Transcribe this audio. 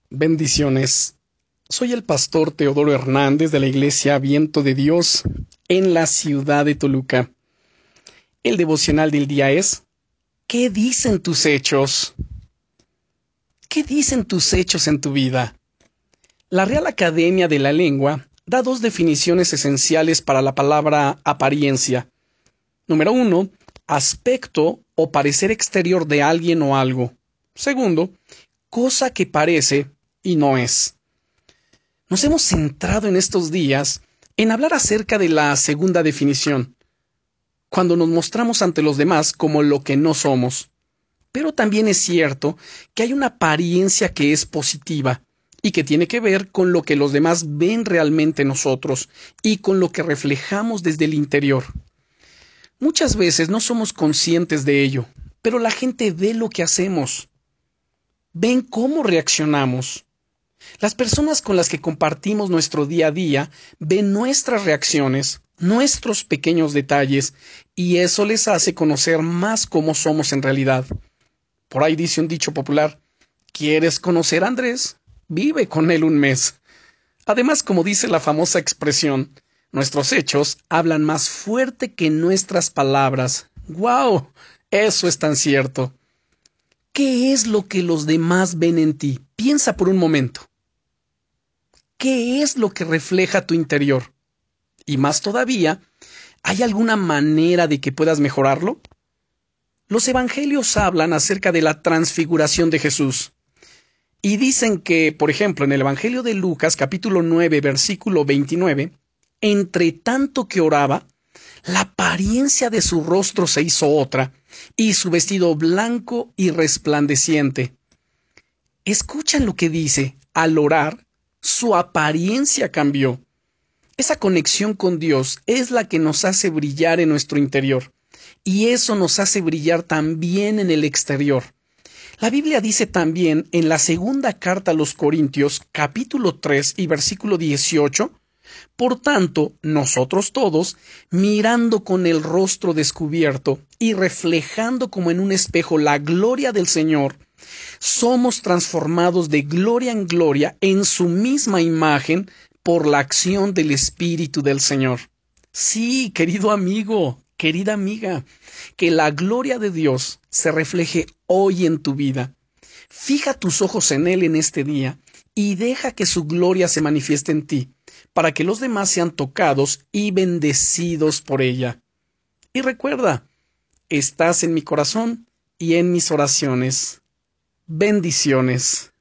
Bendiciones. Soy el pastor Teodoro Hernández de la Iglesia Viento de Dios en la ciudad de Toluca. El devocional del día es: ¿qué dicen tus hechos? ¿Qué dicen tus hechos en tu vida? La Real Academia de la Lengua da dos definiciones esenciales para la palabra apariencia. Número 1, aspecto o parecer exterior de alguien o algo. Segundo, cosa que parece y no es. Nos hemos centrado en estos días en hablar acerca de la segunda definición, cuando nos mostramos ante los demás como lo que no somos. Pero también es cierto que hay una apariencia que es positiva y que tiene que ver con lo que los demás ven realmente en nosotros y con lo que reflejamos desde el interior. Muchas veces no somos conscientes de ello, pero la gente ve lo que hacemos, ven cómo reaccionamos. Las personas con las que compartimos nuestro día a día ven nuestras reacciones, nuestros pequeños detalles, y eso les hace conocer más cómo somos en realidad. Por ahí dice un dicho popular: ¿quieres conocer a Andrés? Vive con él un mes. Además, como dice la famosa expresión, nuestros hechos hablan más fuerte que nuestras palabras. ¡Guau! Eso es tan cierto. ¿Qué es lo que los demás ven en ti? Piensa por un momento. ¿Qué es lo que refleja tu interior? Y más todavía, ¿hay alguna manera de que puedas mejorarlo? Los evangelios hablan acerca de la transfiguración de Jesús. Y dicen que, por ejemplo, en el Evangelio de Lucas, capítulo 9, versículo 29, entre tanto que oraba, la apariencia de su rostro se hizo otra, y su vestido blanco y resplandeciente. Escuchan lo que dice: al orar, su apariencia cambió. Esa conexión con Dios es la que nos hace brillar en nuestro interior, y eso nos hace brillar también en el exterior. La Biblia dice también en la segunda carta a los Corintios, capítulo 3 y versículo 18, por tanto, nosotros todos, mirando con el rostro descubierto y reflejando como en un espejo la gloria del Señor, somos transformados de gloria en gloria en su misma imagen por la acción del Espíritu del Señor. Sí, querido amigo, querida amiga, que la gloria de Dios se refleje hoy en tu vida. Fija tus ojos en Él en este día y deja que su gloria se manifieste en ti, para que los demás sean tocados y bendecidos por ella. Y recuerda, estás en mi corazón y en mis oraciones. Bendiciones.